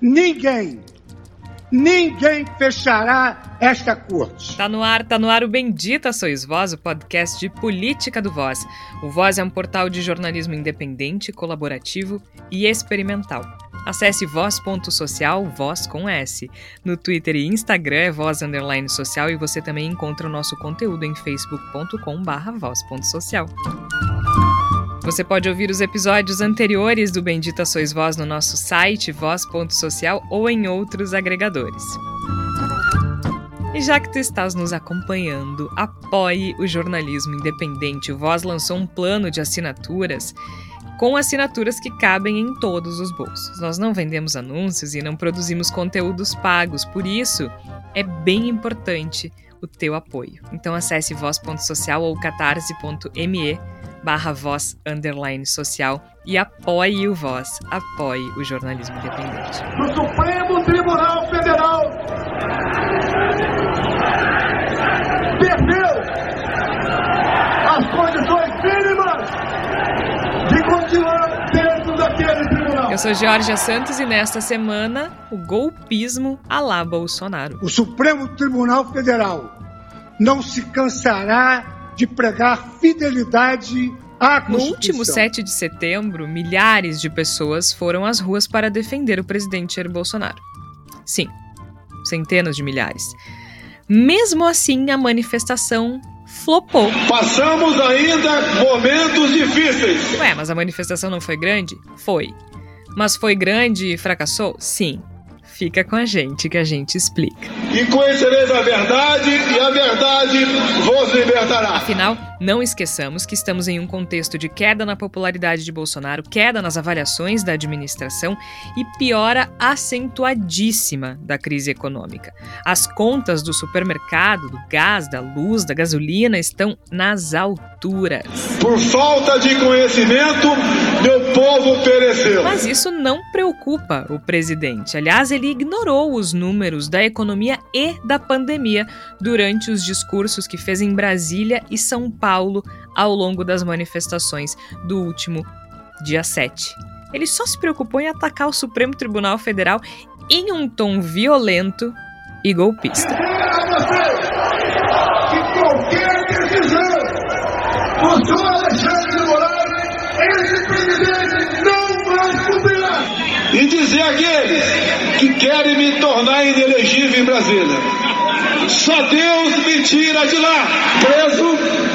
Ninguém fechará esta corte. Tá no ar o Bendita Sois Vós, o podcast de política do Voz. O Voz é um portal de jornalismo independente, colaborativo e experimental. Acesse voz.social, voz com S. No Twitter e Instagram é voz_social e você também encontra o nosso conteúdo em facebook.com/voz.social. Você pode ouvir os episódios anteriores do Bendita Sois Vós no nosso site, voz.social, ou em outros agregadores. E já que tu estás nos acompanhando, apoie o jornalismo independente. O Voz lançou um plano de assinaturas com assinaturas que cabem em todos os bolsos. Nós não vendemos anúncios e não produzimos conteúdos pagos, por isso é bem importante o teu apoio. Então acesse voz.social ou catarse.me/voz_social e apoie o Voz, apoie o jornalismo independente. No Supremo Tribunal Federal perdeu as condições mínimas de continuar dentro daquele tribunal. Eu sou Georgia Santos e nesta semana o golpismo à la Bolsonaro. O Supremo Tribunal Federal não se cansará de pregar fidelidade à No Constituição. último 7 de setembro, milhares de pessoas foram às ruas para defender o presidente Jair Bolsonaro. Sim, centenas de milhares. Mesmo assim, a manifestação flopou. Passamos ainda momentos difíceis. Ué, mas a manifestação não foi grande? Foi. Mas foi grande e fracassou? Sim. Fica com a gente que a gente explica. E conhecereis a verdade, e a verdade vos libertará. Afinal, não esqueçamos que estamos em um contexto de queda na popularidade de Bolsonaro, queda nas avaliações da administração e piora acentuadíssima da crise econômica. As contas do supermercado, do gás, da luz, da gasolina estão nas alturas. Por falta de conhecimento, meu povo pereceu. Mas isso não preocupa o presidente. Aliás, ele ignorou os números da economia e da pandemia durante os discursos que fez em Brasília e São Paulo ao longo das manifestações do último dia 7. Ele só se preocupou em atacar o Supremo Tribunal Federal em um tom violento e golpista. Que qualquer decisão do senhor Alexandre de Moraes, esse presidente não vai cumprirá. E dizer àqueles que querem me tornar inelegível em Brasília: só Deus me tira de lá, preso,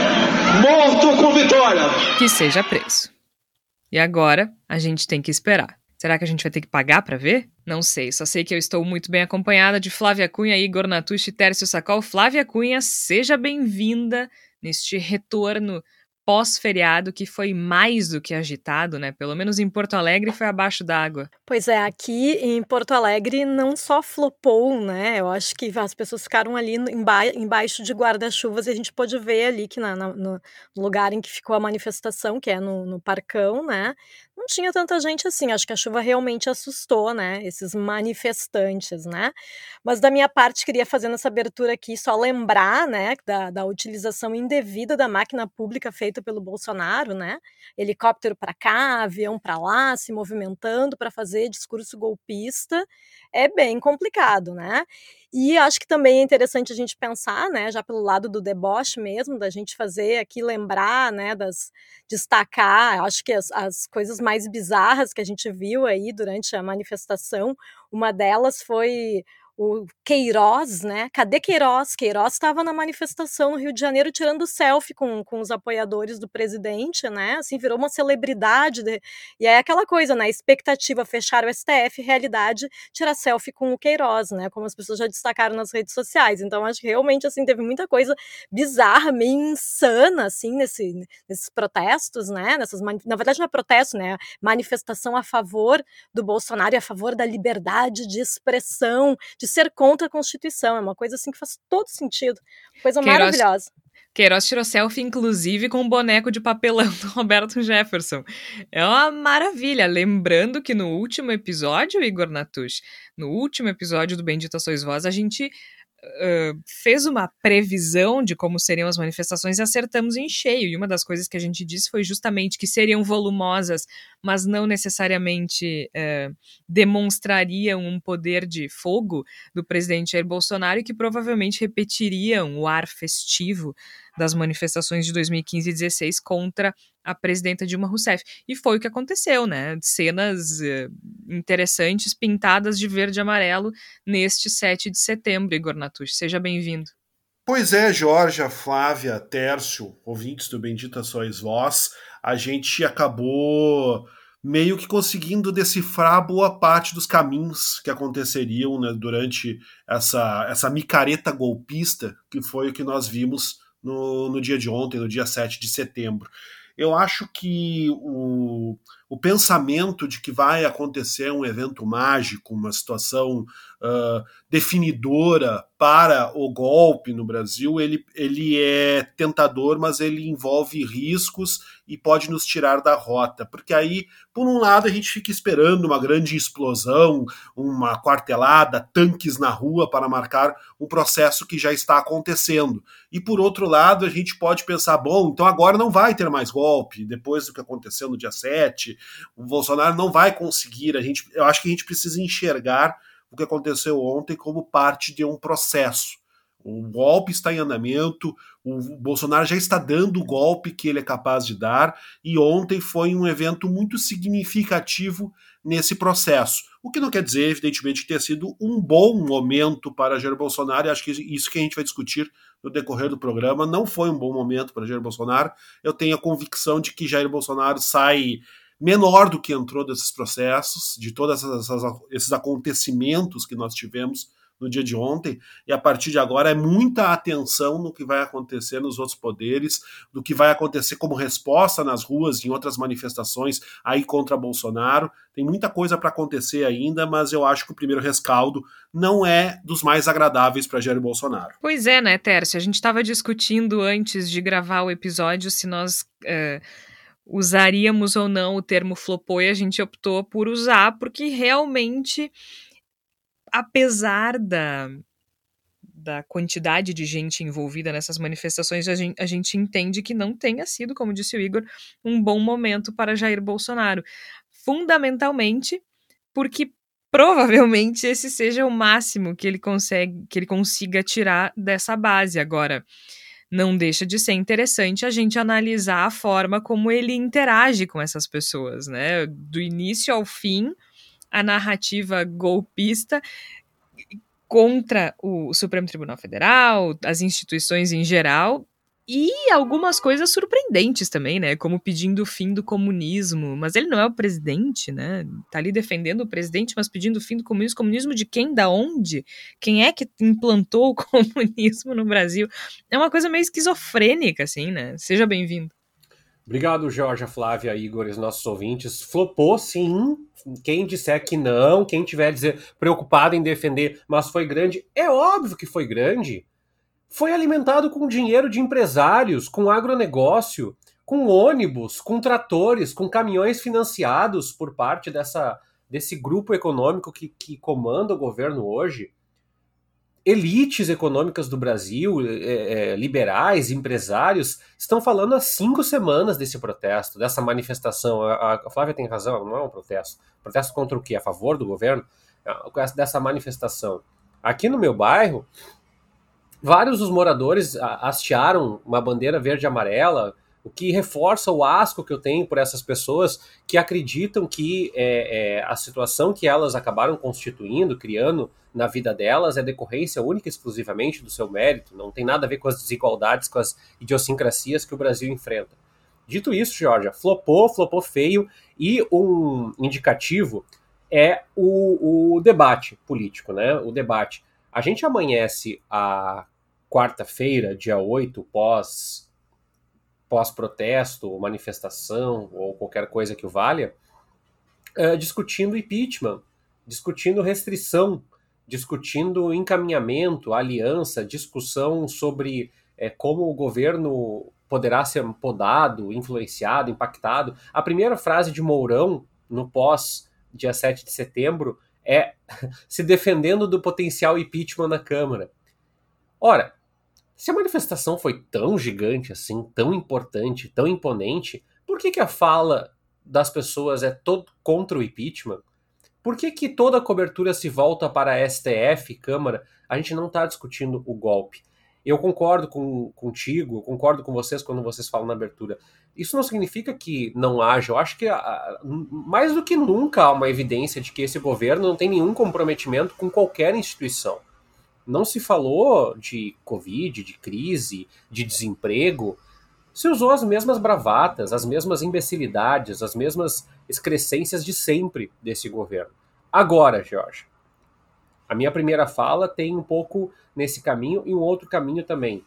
morto com vitória. Que seja preso. E agora a gente tem que esperar. Será que a gente vai ter que pagar pra ver? Não sei, só sei que eu estou muito bem acompanhada de Flávia Cunha, Igor Natucci e Tércio Sacol. Flávia Cunha, seja bem-vinda neste retorno pós-feriado que foi mais do que agitado, né? Pelo menos em Porto Alegre foi abaixo d'água. Pois é, aqui em Porto Alegre não só flopou, né? Eu acho que as pessoas ficaram ali embaixo de guarda-chuvas e a gente pôde ver ali que no lugar em que ficou a manifestação, que é no Parcão, né? Não tinha tanta gente assim, acho que a chuva realmente assustou, né? Esses manifestantes, né? Mas da minha parte, queria fazer nessa abertura aqui só lembrar, né, da utilização indevida da máquina pública feita pelo Bolsonaro, né? Helicóptero para cá, avião para lá, se movimentando para fazer discurso golpista, é bem complicado, né? E acho que também é interessante a gente pensar, né, já pelo lado do deboche mesmo, da gente fazer aqui, lembrar, né, destacar, acho que as coisas mais bizarras que a gente viu aí durante a manifestação, uma delas foi o Queiroz, né? Cadê Queiroz? Queiroz estava na manifestação no Rio de Janeiro tirando selfie com os apoiadores do presidente, né? Assim, virou uma celebridade. E é aquela coisa, né? Expectativa, fechar o STF, realidade, tirar selfie com o Queiroz, né? Como as pessoas já destacaram nas redes sociais. Então, acho que realmente, assim, teve muita coisa bizarra, meio insana, assim, nesses protestos, né? Na verdade, não é protesto, né? Manifestação a favor do Bolsonaro e a favor da liberdade de expressão, de ser contra a Constituição. É uma coisa assim que faz todo sentido. Coisa maravilhosa. Queiroz tirou selfie, inclusive, com o boneco de papelão do Roberto Jefferson. É uma maravilha. Lembrando que no último episódio, Igor Natucci, no último episódio do Bendita Sois Vós, a gente fez uma previsão de como seriam as manifestações e acertamos em cheio. E uma das coisas que a gente disse foi justamente que seriam volumosas, mas não necessariamente demonstrariam um poder de fogo do presidente Jair Bolsonaro e que provavelmente repetiriam o ar festivo das manifestações de 2015 e 2016 contra a presidenta Dilma Rousseff. E foi o que aconteceu, né? Cenas interessantes pintadas de verde e amarelo neste 7 de setembro, Igor Natucci. Seja bem-vindo. Pois é, Georgia, Flávia, Tércio, ouvintes do Bendita Sois Vós, a gente acabou meio que conseguindo decifrar boa parte dos caminhos que aconteceriam, né, durante essa micareta golpista que foi o que nós vimos no dia de ontem, no dia 7 de setembro. Eu acho que o pensamento de que vai acontecer um evento mágico, uma situação definidora para o golpe no Brasil, ele é tentador, mas ele envolve riscos e pode nos tirar da rota. Porque aí, por um lado, a gente fica esperando uma grande explosão, uma quartelada, tanques na rua para marcar um processo que já está acontecendo. E por outro lado, a gente pode pensar, bom, então agora não vai ter mais golpe, depois do que aconteceu no dia 7, o Bolsonaro não vai conseguir. Eu acho que a gente precisa enxergar o que aconteceu ontem como parte de um processo. O golpe está em andamento, o Bolsonaro já está dando o golpe que ele é capaz de dar, e ontem foi um evento muito significativo nesse processo. O que não quer dizer, evidentemente, que tenha sido um bom momento para Jair Bolsonaro, e acho que isso que a gente vai discutir no decorrer do programa. Não foi um bom momento para Jair Bolsonaro. Eu tenho a convicção de que Jair Bolsonaro sai menor do que entrou desses processos, de todos esses acontecimentos que nós tivemos no dia de ontem, e a partir de agora é muita atenção no que vai acontecer nos outros poderes, do que vai acontecer como resposta nas ruas, em outras manifestações aí contra Bolsonaro. Tem muita coisa para acontecer ainda, mas eu acho que o primeiro rescaldo não é dos mais agradáveis para Jair Bolsonaro. Pois é, né, Tércio? A gente estava discutindo antes de gravar o episódio se nós usaríamos ou não o termo flopou, e a gente optou por usar, porque realmente, apesar da quantidade de gente envolvida nessas manifestações, a gente entende que não tenha sido, como disse o Igor, um bom momento para Jair Bolsonaro. Fundamentalmente porque provavelmente esse seja o máximo que ele consiga tirar dessa base. Agora, não deixa de ser interessante a gente analisar a forma como ele interage com essas pessoas, né? Do início ao fim, a narrativa golpista contra o Supremo Tribunal Federal, as instituições em geral, e algumas coisas surpreendentes também, né? Como pedindo o fim do comunismo. Mas ele não é o presidente, né? Tá ali defendendo o presidente, mas pedindo o fim do comunismo. Comunismo de quem? Da onde? Quem é que implantou o comunismo no Brasil? É uma coisa meio esquizofrênica, assim, né? Seja bem-vindo. Obrigado, Jorge, Flávia, Igor e os nossos ouvintes. Flopou, sim. Quem disser que não, quem tiver preocupado em defender, mas foi grande, é óbvio que foi grande. Foi alimentado com dinheiro de empresários, com agronegócio, com ônibus, com tratores, com caminhões financiados por parte desse grupo econômico que comanda o governo hoje. Elites econômicas do Brasil, liberais, empresários, estão falando há 5 semanas desse protesto, dessa manifestação. A Flávia tem razão, não é um protesto. Protesto contra o quê? A favor do governo? Dessa manifestação. Aqui no meu bairro, vários dos moradores hastearam uma bandeira verde e amarela, o que reforça o asco que eu tenho por essas pessoas que acreditam que a situação que elas acabaram constituindo, criando na vida delas, é decorrência única e exclusivamente do seu mérito, não tem nada a ver com as desigualdades, com as idiosincrasias que o Brasil enfrenta. Dito isso, Georgia, flopou feio, e um indicativo é o debate político, né? O debate. A gente amanhece a quarta-feira, dia 8, pós-protesto, manifestação ou qualquer coisa que o valha, discutindo impeachment, discutindo restrição, discutindo encaminhamento, aliança, discussão sobre como o governo poderá ser podado, influenciado, impactado. A primeira frase de Mourão, no pós-dia 7 de setembro, é se defendendo do potencial impeachment na Câmara. Ora, se a manifestação foi tão gigante assim, tão importante, tão imponente, por que a fala das pessoas é todo contra o impeachment? Por que toda a cobertura se volta para a STF, Câmara? A gente não está discutindo o golpe. Eu concordo contigo, concordo com vocês quando vocês falam na abertura. Isso não significa que não haja. Eu acho que mais do que nunca há uma evidência de que esse governo não tem nenhum comprometimento com qualquer instituição. Não se falou de Covid, de crise, de desemprego. Se usou as mesmas bravatas, as mesmas imbecilidades, as mesmas excrescências de sempre desse governo. Agora, Jorge, a minha primeira fala tem um pouco nesse caminho e um outro caminho também.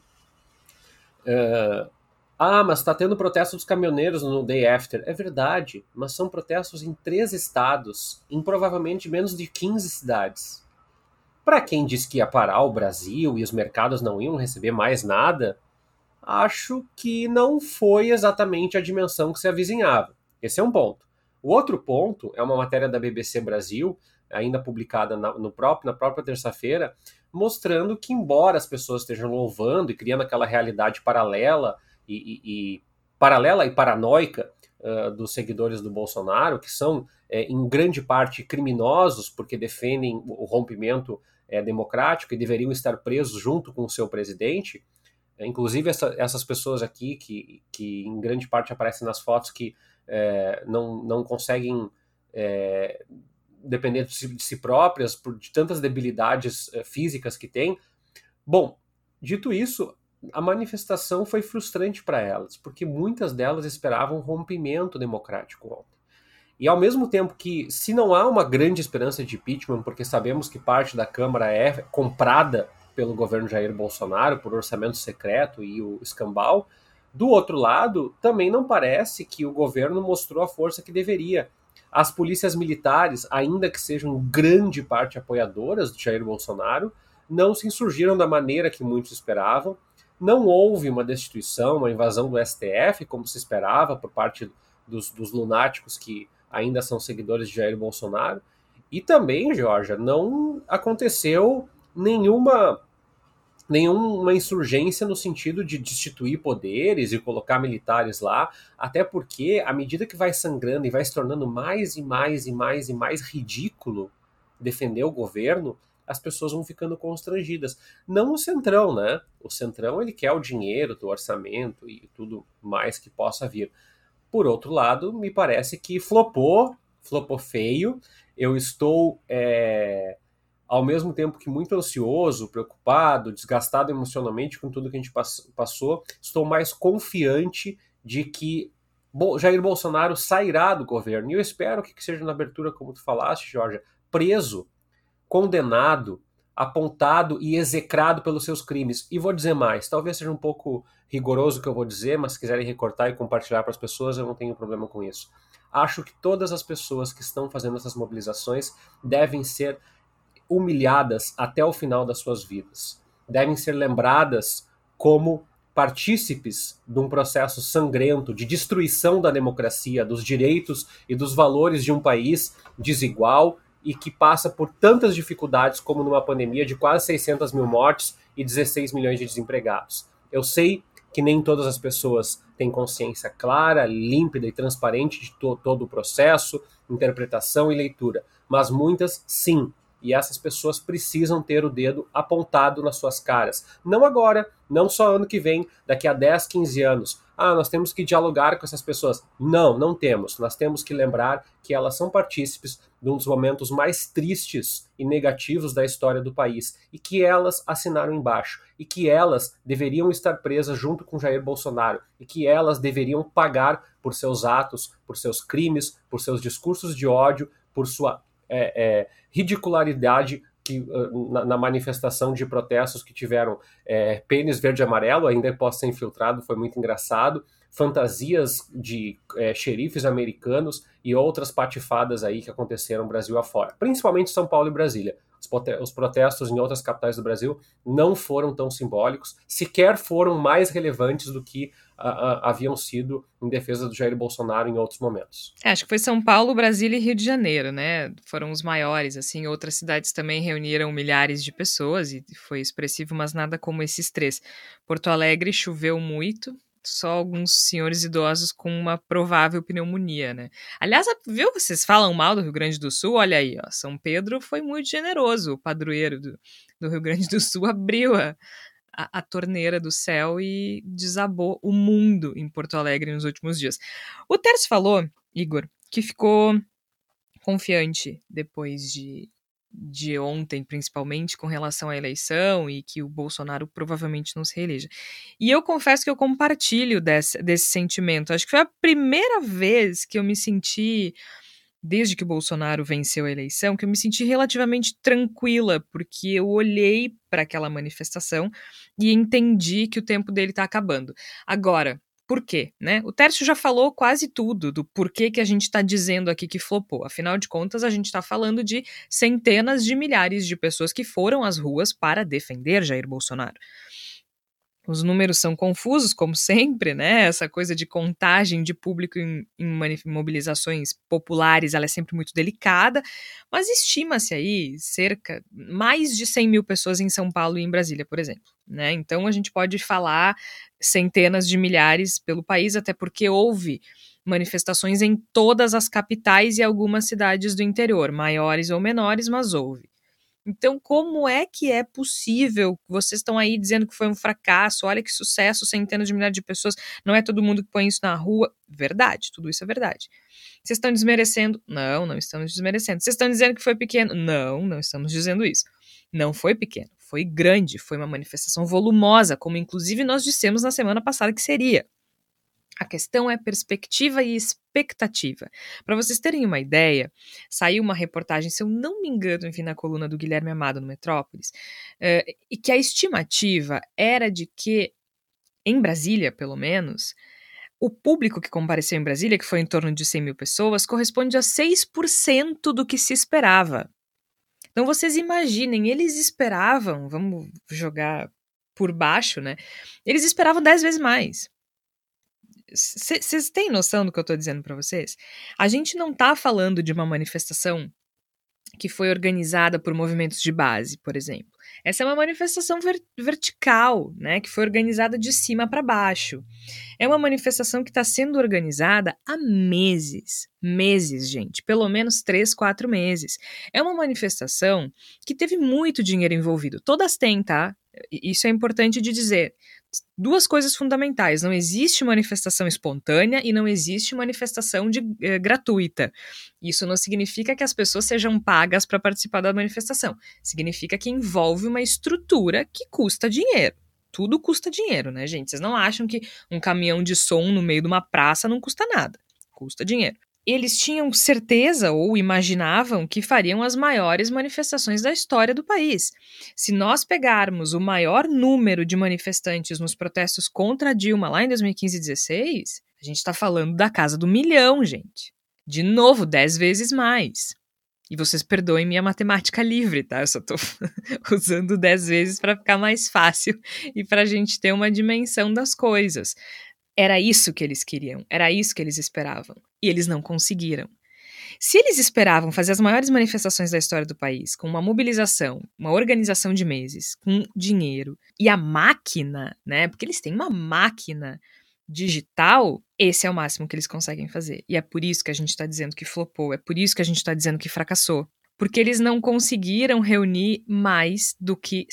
Mas está tendo protesto dos caminhoneiros no Day After. É verdade, mas são protestos em 3 estados, em provavelmente menos de 15 cidades. Para quem disse que ia parar o Brasil e os mercados não iam receber mais nada, acho que não foi exatamente a dimensão que se avizinhava. Esse é um ponto. O outro ponto é uma matéria da BBC Brasil, ainda publicada na própria terça-feira, mostrando que, embora as pessoas estejam louvando e criando aquela realidade paralela e paranoica dos seguidores do Bolsonaro, que são, em grande parte, criminosos porque defendem o rompimento democrático e deveriam estar presos junto com o seu presidente. Inclusive essas pessoas aqui, que em grande parte aparecem nas fotos, que não conseguem depender de si próprias, de tantas debilidades físicas que têm. Bom, dito isso, a manifestação foi frustrante para elas, porque muitas delas esperavam um rompimento democrático ontem. E ao mesmo tempo que, se não há uma grande esperança de impeachment, porque sabemos que parte da Câmara é comprada pelo governo Jair Bolsonaro, por orçamento secreto e o escambau, do outro lado, também não parece que o governo mostrou a força que deveria. As polícias militares, ainda que sejam grande parte apoiadoras de Jair Bolsonaro, não se insurgiram da maneira que muitos esperavam. Não houve uma destituição, uma invasão do STF, como se esperava, por parte dos lunáticos que ainda são seguidores de Jair Bolsonaro. E também, Georgia, não aconteceu nenhuma insurgência no sentido de destituir poderes e colocar militares lá, até porque, à medida que vai sangrando e vai se tornando mais e mais ridículo defender o governo, as pessoas vão ficando constrangidas. Não o Centrão, né? O Centrão, ele quer o dinheiro do orçamento e tudo mais que possa vir. Por outro lado, me parece que flopou feio. Eu estou, ao mesmo tempo que muito ansioso, preocupado, desgastado emocionalmente com tudo que a gente passou, estou mais confiante de que Jair Bolsonaro sairá do governo. E eu espero que seja na abertura, como tu falaste, Jorge, preso, condenado, apontado e execrado pelos seus crimes. E vou dizer mais, talvez seja um pouco rigoroso o que eu vou dizer, mas se quiserem recortar e compartilhar para as pessoas, eu não tenho problema com isso. Acho que todas as pessoas que estão fazendo essas mobilizações devem ser humilhadas até o final das suas vidas. Devem ser lembradas como partícipes de um processo sangrento de destruição da democracia, dos direitos e dos valores de um país desigual e que passa por tantas dificuldades como numa pandemia de quase 600 mil mortes e 16 milhões de desempregados. Eu sei que nem todas as pessoas têm consciência clara, límpida e transparente de todo o processo, interpretação e leitura, mas muitas sim. E essas pessoas precisam ter o dedo apontado nas suas caras. Não agora, não só ano que vem, daqui a 10, 15 anos. Nós temos que dialogar com essas pessoas. Não temos. Nós temos que lembrar que elas são partícipes de um dos momentos mais tristes e negativos da história do país. E que elas assinaram embaixo. E que elas deveriam estar presas junto com Jair Bolsonaro. E que elas deveriam pagar por seus atos, por seus crimes, por seus discursos de ódio, por sua ridicularidade que, na manifestação de protestos que tiveram pênis verde e amarelo, ainda posso ser infiltrado, foi muito engraçado, fantasias de xerifes americanos e outras patifadas aí que aconteceram Brasil afora, principalmente São Paulo e Brasília. Os protestos em outras capitais do Brasil não foram tão simbólicos, sequer foram mais relevantes do que haviam sido em defesa do Jair Bolsonaro em outros momentos. Acho que foi São Paulo, Brasília e Rio de Janeiro, né? Foram os maiores, assim. Outras cidades também reuniram milhares de pessoas e foi expressivo, mas nada como esses 3. Porto Alegre choveu muito, só alguns senhores idosos com uma provável pneumonia, né? Aliás, viu, vocês falam mal do Rio Grande do Sul? Olha aí, ó, São Pedro foi muito generoso, o padroeiro do Rio Grande do Sul abriu a torneira do céu e desabou o mundo em Porto Alegre nos últimos dias. O Tércio falou, Igor, que ficou confiante depois de ontem, principalmente, com relação à eleição e que o Bolsonaro provavelmente não se reeleja. E eu confesso que eu compartilho desse sentimento. Acho que foi a primeira vez que eu me senti, desde que o Bolsonaro venceu a eleição, que eu me senti relativamente tranquila, porque eu olhei para aquela manifestação e entendi que o tempo dele está acabando. Agora, por quê, né? O Tércio já falou quase tudo do porquê que a gente está dizendo aqui que flopou. Afinal de contas, a gente está falando de centenas de milhares de pessoas que foram às ruas para defender Jair Bolsonaro. Os números são confusos, como sempre, né? Essa coisa de contagem de público em mobilizações populares, ela é sempre muito delicada, mas estima-se aí mais de 100 mil pessoas em São Paulo e em Brasília, por exemplo, né? Então a gente pode falar centenas de milhares pelo país, até porque houve manifestações em todas as capitais e algumas cidades do interior, maiores ou menores, mas houve. Então, como é que é possível? Vocês estão aí dizendo que foi um fracasso, olha que sucesso, centenas de milhares de pessoas, não é todo mundo que põe isso na rua. Verdade, tudo isso é verdade. Vocês estão desmerecendo? Não estamos desmerecendo. Vocês estão dizendo que foi pequeno? Não estamos dizendo isso. Não foi pequeno, foi grande, foi uma manifestação volumosa, como inclusive nós dissemos na semana passada que seria. A questão é perspectiva e expectativa. Para vocês terem uma ideia, saiu uma reportagem, se eu não me engano, enfim, na coluna do Guilherme Amado no Metrópolis, e que a estimativa era de que, em Brasília, pelo menos, o público que compareceu em Brasília, que foi em torno de 100 mil pessoas, corresponde a 6% do que se esperava. Então vocês imaginem, eles esperavam, vamos jogar por baixo, né? Eles esperavam 10 vezes mais. Vocês têm noção do que eu estou dizendo para vocês? A gente não está falando de uma manifestação que foi organizada por movimentos de base, por exemplo. Essa é uma manifestação vertical, né, que foi organizada de cima para baixo. É uma manifestação que está sendo organizada há meses, gente, pelo menos 3, 4 meses. É uma manifestação que teve muito dinheiro envolvido. Todas têm, tá? Isso é importante de dizer. 2 coisas fundamentais: não existe manifestação espontânea e não existe manifestação gratuita. Isso não significa que as pessoas sejam pagas para participar da manifestação. Significa que envolve uma estrutura que custa dinheiro. Tudo custa dinheiro, né, gente? Vocês não acham que um caminhão de som no meio de uma praça não custa nada? Custa dinheiro. Eles tinham certeza ou imaginavam que fariam as maiores manifestações da história do país. Se nós pegarmos o maior número de manifestantes nos protestos contra a Dilma lá em 2015 e 2016, a gente está falando da casa do 1 milhão, gente. De novo, 10 vezes mais. E vocês perdoem minha matemática livre, tá? Eu só tô usando 10 vezes para ficar mais fácil e para a gente ter uma dimensão das coisas. Era isso que eles queriam, era isso que eles esperavam. E eles não conseguiram. Se eles esperavam fazer as maiores manifestações da história do país, com uma mobilização, uma organização de meses, com dinheiro e a máquina, né? Porque eles têm uma máquina digital, esse é o máximo que eles conseguem fazer. E é por isso que a gente está dizendo que flopou, é por isso que a gente está dizendo que fracassou. Porque eles não conseguiram reunir mais do que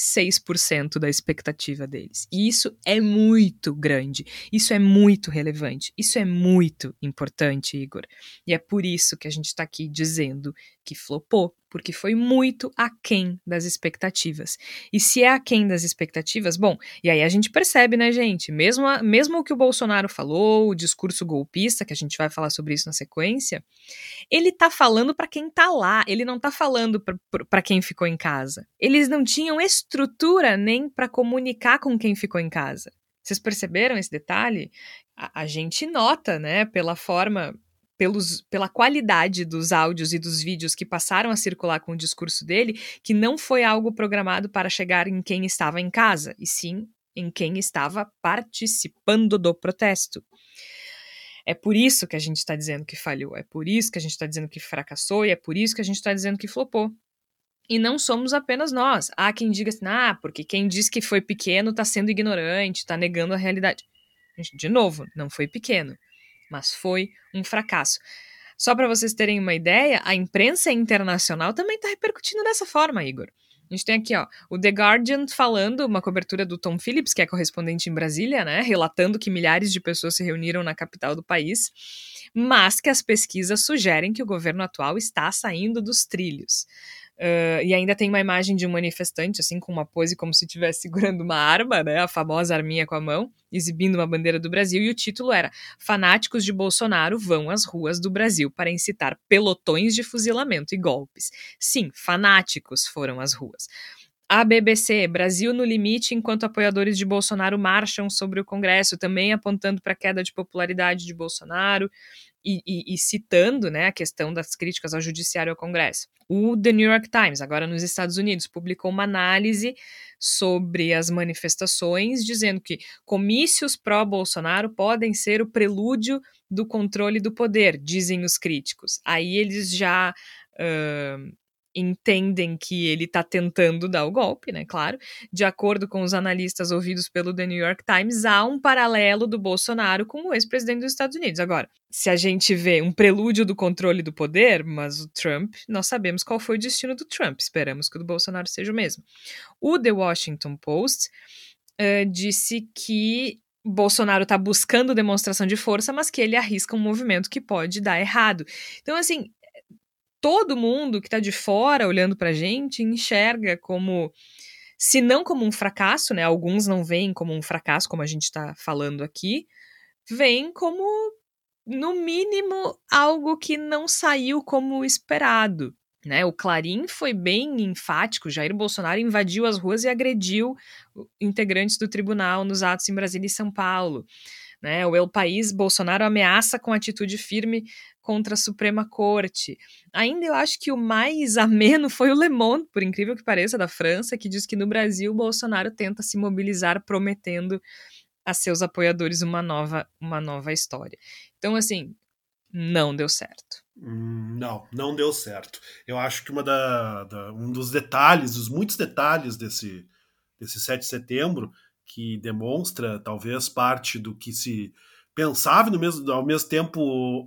6% da expectativa deles. E isso é muito grande, isso é muito relevante, isso é muito importante, Igor. E é por isso que a gente está aqui dizendo que flopou, porque foi muito aquém das expectativas. E se é aquém das expectativas, bom, e aí a gente percebe, né, gente, mesmo o que o Bolsonaro falou, o discurso golpista, que a gente vai falar sobre isso na sequência, ele tá falando para quem tá lá, ele não tá falando para quem ficou em casa. Eles não tinham estrutura nem para comunicar com quem ficou em casa. Vocês perceberam esse detalhe? A gente nota, né, pela forma, pela qualidade dos áudios e dos vídeos que passaram a circular com o discurso dele, que não foi algo programado para chegar em quem estava em casa, e sim em quem estava participando do protesto. É por isso que a gente está dizendo que falhou, é por isso que a gente está dizendo que fracassou, e é por isso que a gente está dizendo que flopou. E não somos apenas nós. Há quem diga assim, porque quem diz que foi pequeno está sendo ignorante, está negando a realidade. De novo, não foi pequeno, mas foi um fracasso. Só para vocês terem uma ideia, a imprensa internacional também está repercutindo dessa forma, Igor. A gente tem aqui, o The Guardian falando, uma cobertura do Tom Phillips, que é correspondente em Brasília, né, relatando que milhares de pessoas se reuniram na capital do país, mas que as pesquisas sugerem que o governo atual está saindo dos trilhos. E ainda tem uma imagem de um manifestante, assim, com uma pose como se estivesse segurando uma arma, né, a famosa arminha com a mão, exibindo uma bandeira do Brasil, e o título era "Fanáticos de Bolsonaro vão às ruas do Brasil para incitar pelotões de fuzilamento e golpes". Sim, fanáticos foram às ruas. A BBC, Brasil no limite enquanto apoiadores de Bolsonaro marcham sobre o Congresso, também apontando para a queda de popularidade de Bolsonaro e citando, né, a questão das críticas ao judiciário e ao Congresso. O The New York Times, agora nos Estados Unidos, publicou uma análise sobre as manifestações, dizendo que comícios pró-Bolsonaro podem ser o prelúdio do controle do poder, dizem os críticos. Aí eles já entendem que ele está tentando dar o golpe, né, claro. De acordo com os analistas ouvidos pelo The New York Times, há um paralelo do Bolsonaro com o ex-presidente dos Estados Unidos. Agora, se a gente vê um prelúdio do controle do poder, mas o Trump, nós sabemos qual foi o destino do Trump, esperamos que o do Bolsonaro seja o mesmo. O The Washington Post disse que Bolsonaro está buscando demonstração de força, mas que ele arrisca um movimento que pode dar errado. Então, assim, todo mundo que está de fora olhando para a gente enxerga como, se não como um fracasso, né? Alguns não veem como um fracasso, como a gente está falando aqui, veem como, no mínimo, algo que não saiu como esperado, né? O Clarim foi bem enfático, Jair Bolsonaro invadiu as ruas e agrediu integrantes do tribunal nos atos em Brasília e São Paulo. Né, o El País, Bolsonaro ameaça com atitude firme contra a Suprema Corte. Ainda eu acho que o mais ameno foi o Le Monde, por incrível que pareça, da França, que diz que no Brasil Bolsonaro tenta se mobilizar prometendo a seus apoiadores uma nova história. Então, assim, não deu certo. Não deu certo. Eu acho que um dos detalhes, dos muitos detalhes desse 7 de setembro, que demonstra talvez parte do que se pensava, ao mesmo tempo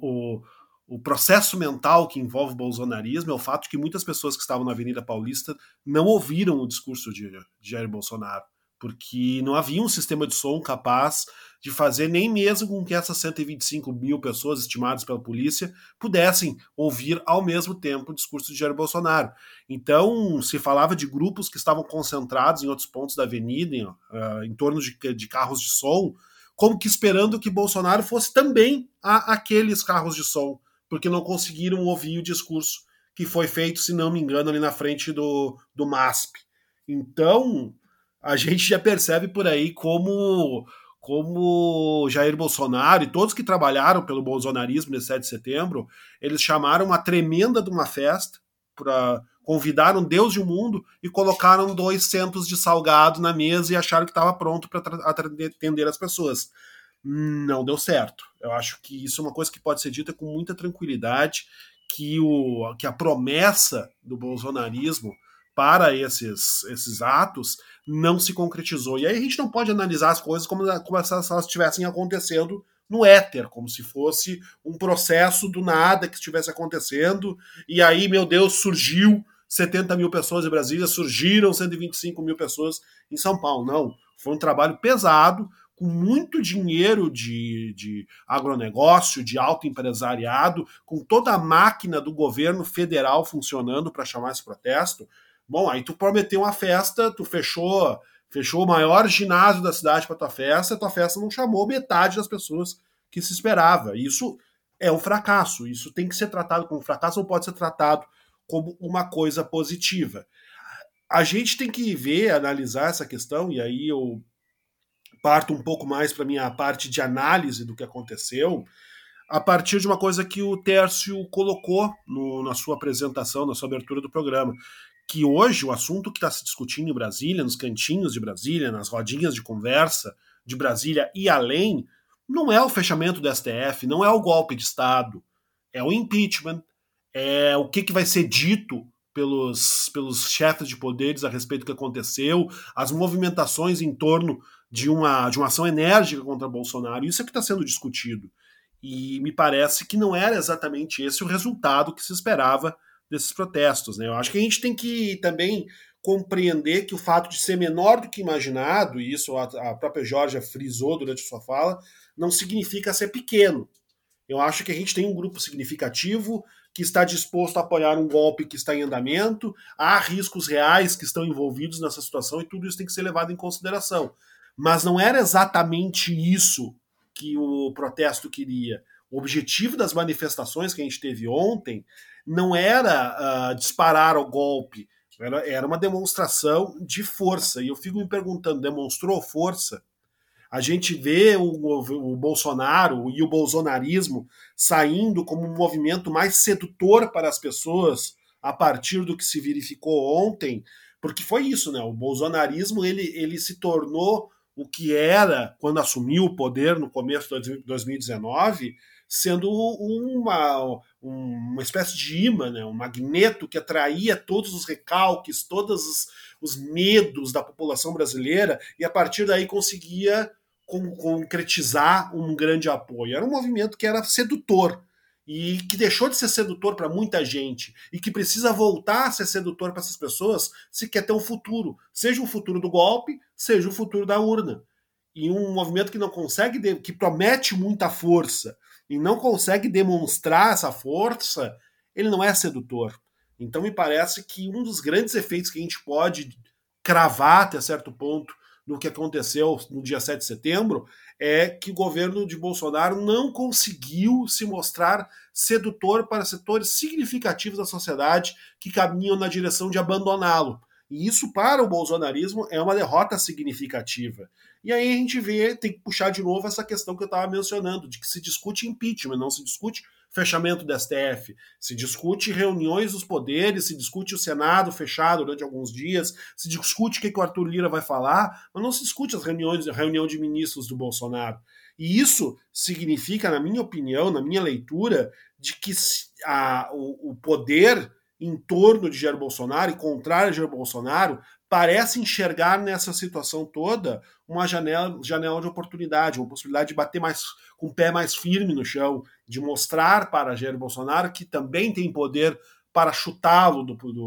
o processo mental que envolve o bolsonarismo, é o fato que muitas pessoas que estavam na Avenida Paulista não ouviram o discurso de Jair Bolsonaro, porque não havia um sistema de som capaz de fazer nem mesmo com que essas 125 mil pessoas estimadas pela polícia pudessem ouvir ao mesmo tempo o discurso de Jair Bolsonaro. Então, se falava de grupos que estavam concentrados em outros pontos da avenida, em torno de carros de som, como que esperando que Bolsonaro fosse também aqueles carros de som, porque não conseguiram ouvir o discurso que foi feito, se não me engano, ali na frente do MASP. Então, a gente já percebe por aí como Jair Bolsonaro e todos que trabalharam pelo bolsonarismo nesse 7 de setembro, eles chamaram uma tremenda de uma festa, convidaram Deus e o mundo e colocaram 2 centos de salgado na mesa e acharam que estava pronto para atender as pessoas. Não deu certo. Eu acho que isso é uma coisa que pode ser dita com muita tranquilidade, que a promessa do bolsonarismo para esses atos não se concretizou. E aí a gente não pode analisar as coisas como se elas estivessem acontecendo no éter, como se fosse um processo do nada que estivesse acontecendo, e aí, meu Deus, surgiu 70 mil pessoas em Brasília, surgiram 125 mil pessoas em São Paulo. Não, foi um trabalho pesado, com muito dinheiro de agronegócio, de autoempresariado, com toda a máquina do governo federal funcionando para chamar esse protesto. Bom, aí tu prometeu uma festa, tu fechou o maior ginásio da cidade para tua festa não chamou metade das pessoas que se esperava. Isso é um fracasso, isso tem que ser tratado como um fracasso, não pode ser tratado como uma coisa positiva. A gente tem que analisar essa questão, e aí eu parto um pouco mais para a minha parte de análise do que aconteceu, a partir de uma coisa que o Tércio colocou na sua apresentação, na sua abertura do programa, que hoje o assunto que está se discutindo em Brasília, nos cantinhos de Brasília, nas rodinhas de conversa de Brasília e além, não é o fechamento do STF, não é o golpe de Estado, é o impeachment, é o que vai ser dito pelos chefes de poderes a respeito do que aconteceu, as movimentações em torno de uma ação enérgica contra Bolsonaro. Isso é que está sendo discutido. E me parece que não era exatamente esse o resultado que se esperava desses protestos, né? Eu acho que a gente tem que também compreender que o fato de ser menor do que imaginado, e isso a própria Georgia frisou durante a sua fala, não significa ser pequeno. Eu acho que a gente tem um grupo significativo que está disposto a apoiar um golpe que está em andamento, há riscos reais que estão envolvidos nessa situação e tudo isso tem que ser levado em consideração. Mas não era exatamente isso que o protesto queria. O objetivo das manifestações que a gente teve ontem não era disparar ao golpe, era uma demonstração de força. E eu fico me perguntando, demonstrou força? A gente vê o Bolsonaro e o bolsonarismo saindo como um movimento mais sedutor para as pessoas a partir do que se verificou ontem, porque foi isso, né? O bolsonarismo ele se tornou o que era quando assumiu o poder no começo de 2019, sendo uma espécie de imã, né? Um magneto que atraía todos os recalques, todos os medos da população brasileira e a partir daí conseguia concretizar um grande apoio. Era um movimento que era sedutor e que deixou de ser sedutor para muita gente e que precisa voltar a ser sedutor para essas pessoas se quer ter um futuro, seja o futuro do golpe, seja o futuro da urna. E um movimento que não consegue, que promete muita força e não consegue demonstrar essa força, ele não é sedutor. Então me parece que um dos grandes efeitos que a gente pode cravar até certo ponto no que aconteceu no dia 7 de setembro, é que o governo de Bolsonaro não conseguiu se mostrar sedutor para setores significativos da sociedade que caminham na direção de abandoná-lo. E isso, para o bolsonarismo, é uma derrota significativa. E aí a gente vê, tem que puxar de novo essa questão que eu estava mencionando, de que se discute impeachment, não se discute fechamento do STF, se discute reuniões dos poderes, se discute o Senado fechado durante alguns dias, se discute o que o Arthur Lira vai falar, mas não se discute a reunião de ministros do Bolsonaro. E isso significa, na minha opinião, na minha leitura, de que o poder em torno de Jair Bolsonaro e contrário a Jair Bolsonaro parece enxergar nessa situação toda uma janela de oportunidade, uma possibilidade de bater com o pé mais firme no chão, de mostrar para Jair Bolsonaro que também tem poder para chutá-lo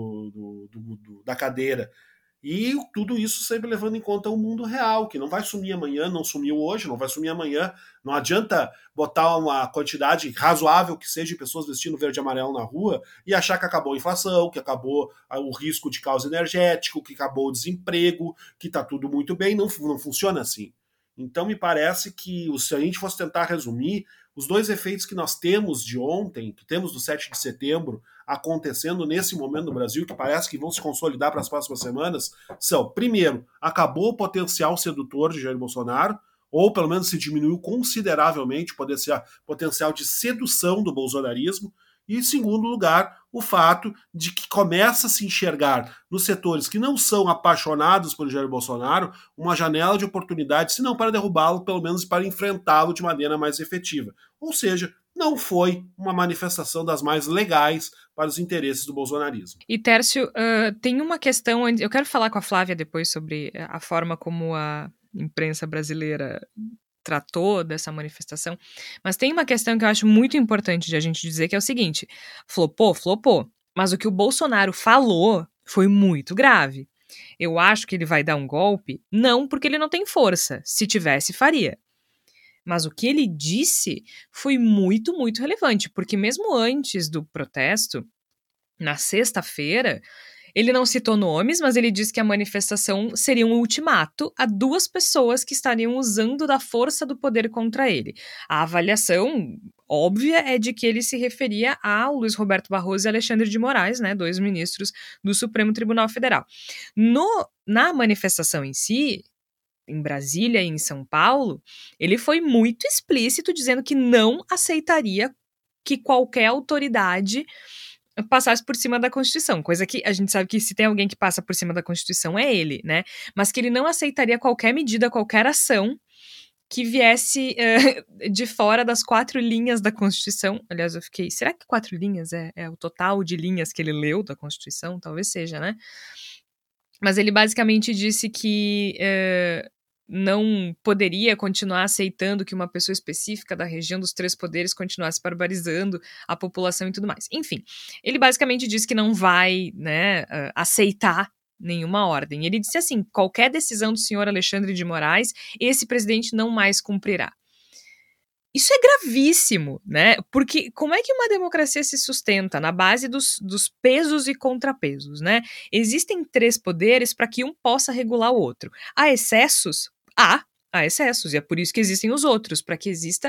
da cadeira. E tudo isso sempre levando em conta o mundo real, que não vai sumir amanhã, não sumiu hoje, não vai sumir amanhã. Não adianta botar uma quantidade razoável que seja de pessoas vestindo verde e amarelo na rua e achar que acabou a inflação, que acabou o risco de caos energético, que acabou o desemprego, que está tudo muito bem. Não funciona assim. Então me parece que, se a gente fosse tentar resumir, os dois efeitos que nós temos de ontem, que temos do 7 de setembro, acontecendo nesse momento no Brasil, que parece que vão se consolidar para as próximas semanas, são, primeiro, acabou o potencial sedutor de Jair Bolsonaro, ou pelo menos se diminuiu consideravelmente o potencial de sedução do bolsonarismo, e, em segundo lugar, o fato de que começa a se enxergar nos setores que não são apaixonados por Jair Bolsonaro uma janela de oportunidade, se não para derrubá-lo, pelo menos para enfrentá-lo de maneira mais efetiva. Ou seja, não foi uma manifestação das mais legais para os interesses do bolsonarismo. E, Tércio, tem uma questão, eu quero falar com a Flávia depois sobre a forma como a imprensa brasileira tratou dessa manifestação, mas tem uma questão que eu acho muito importante de a gente dizer, que é o seguinte: flopou, mas o que o Bolsonaro falou foi muito grave. Eu acho que ele vai dar um golpe, não porque ele não tem força, se tivesse, faria. Mas o que ele disse foi muito, muito relevante, porque mesmo antes do protesto, na sexta-feira, ele não citou nomes, mas ele disse que a manifestação seria um ultimato a duas pessoas que estariam usando da força do poder contra ele. A avaliação óbvia é de que ele se referia ao Luiz Roberto Barroso e Alexandre de Moraes, né, dois ministros do Supremo Tribunal Federal. Na manifestação em si, em Brasília e em São Paulo, ele foi muito explícito dizendo que não aceitaria que qualquer autoridade passasse por cima da Constituição, coisa que a gente sabe que se tem alguém que passa por cima da Constituição é ele, né? Mas que ele não aceitaria qualquer medida, qualquer ação que viesse de fora das 4 linhas da Constituição. Aliás, eu fiquei, será que 4 linhas é o total de linhas que ele leu da Constituição? Talvez seja, né? Mas ele basicamente disse que não poderia continuar aceitando que uma pessoa específica da região dos 3 poderes continuasse barbarizando a população e tudo mais. Enfim, ele basicamente disse que não vai, né, aceitar nenhuma ordem. Ele disse assim, qualquer decisão do senhor Alexandre de Moraes, esse presidente não mais cumprirá. Isso é gravíssimo, né? Porque como é que uma democracia se sustenta? Na base dos pesos e contrapesos, né? Existem 3 poderes para que um possa regular o outro. Há excessos? Há excessos, e é por isso que existem os outros, para que exista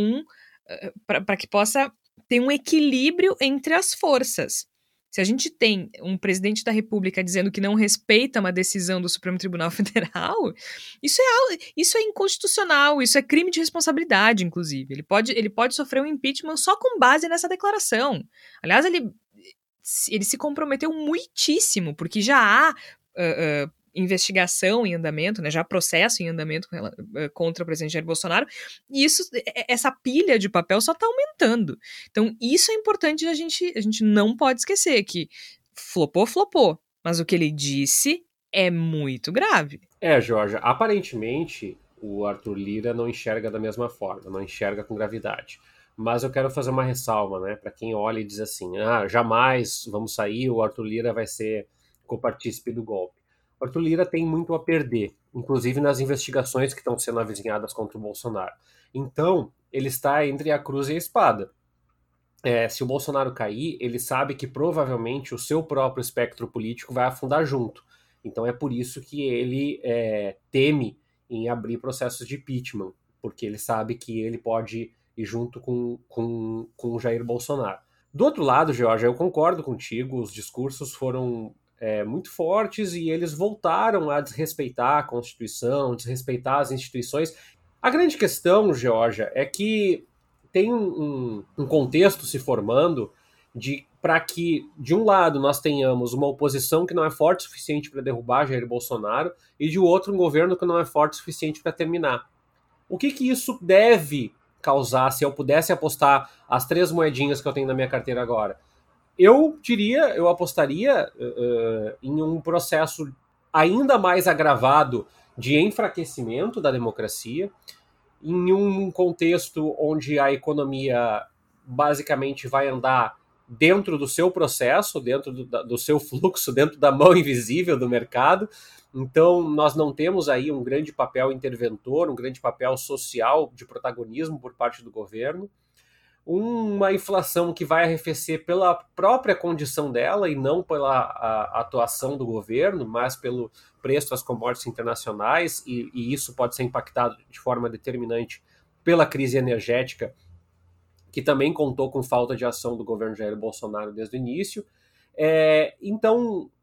para que possa ter um equilíbrio entre as forças. Se a gente tem um presidente da República dizendo que não respeita uma decisão do Supremo Tribunal Federal, isso é inconstitucional, isso é crime de responsabilidade, inclusive. Ele pode sofrer um impeachment só com base nessa declaração. Aliás, ele se comprometeu muitíssimo, porque já há investigação em andamento, né, já processo em andamento contra o presidente Jair Bolsonaro, e essa pilha de papel só está aumentando. Então, isso é importante, a gente não pode esquecer que flopou, mas o que ele disse é muito grave. Georgia, aparentemente o Arthur Lira não enxerga da mesma forma, não enxerga com gravidade. Mas eu quero fazer uma ressalva, né, para quem olha e diz assim, jamais vamos sair, o Arthur Lira vai ser copartícipe do golpe. O Arthur Lira tem muito a perder, inclusive nas investigações que estão sendo avizinhadas contra o Bolsonaro. Então, ele está entre a cruz e a espada. Se o Bolsonaro cair, ele sabe que provavelmente o seu próprio espectro político vai afundar junto. Então é por isso que ele teme em abrir processos de impeachment, porque ele sabe que ele pode ir junto com o Jair Bolsonaro. Do outro lado, Georgia, eu concordo contigo, os discursos foram muito fortes e eles voltaram a desrespeitar a Constituição, desrespeitar as instituições. A grande questão, Georgia, é que tem um contexto se formando para que, de um lado, nós tenhamos uma oposição que não é forte o suficiente para derrubar Jair Bolsonaro e, de outro, um governo que não é forte o suficiente para terminar. O que isso deve causar se eu pudesse apostar as 3 moedinhas que eu tenho na minha carteira agora? Eu apostaria em um processo ainda mais agravado de enfraquecimento da democracia, em um contexto onde a economia basicamente vai andar dentro do seu processo, dentro do seu fluxo, dentro da mão invisível do mercado. Então, nós não temos aí um grande papel interventor, um grande papel social de protagonismo por parte do governo. Uma inflação que vai arrefecer pela própria condição dela e não pela atuação do governo, mas pelo preço das commodities internacionais, e isso pode ser impactado de forma determinante pela crise energética, que também contou com falta de ação do governo Jair Bolsonaro desde o início. Então,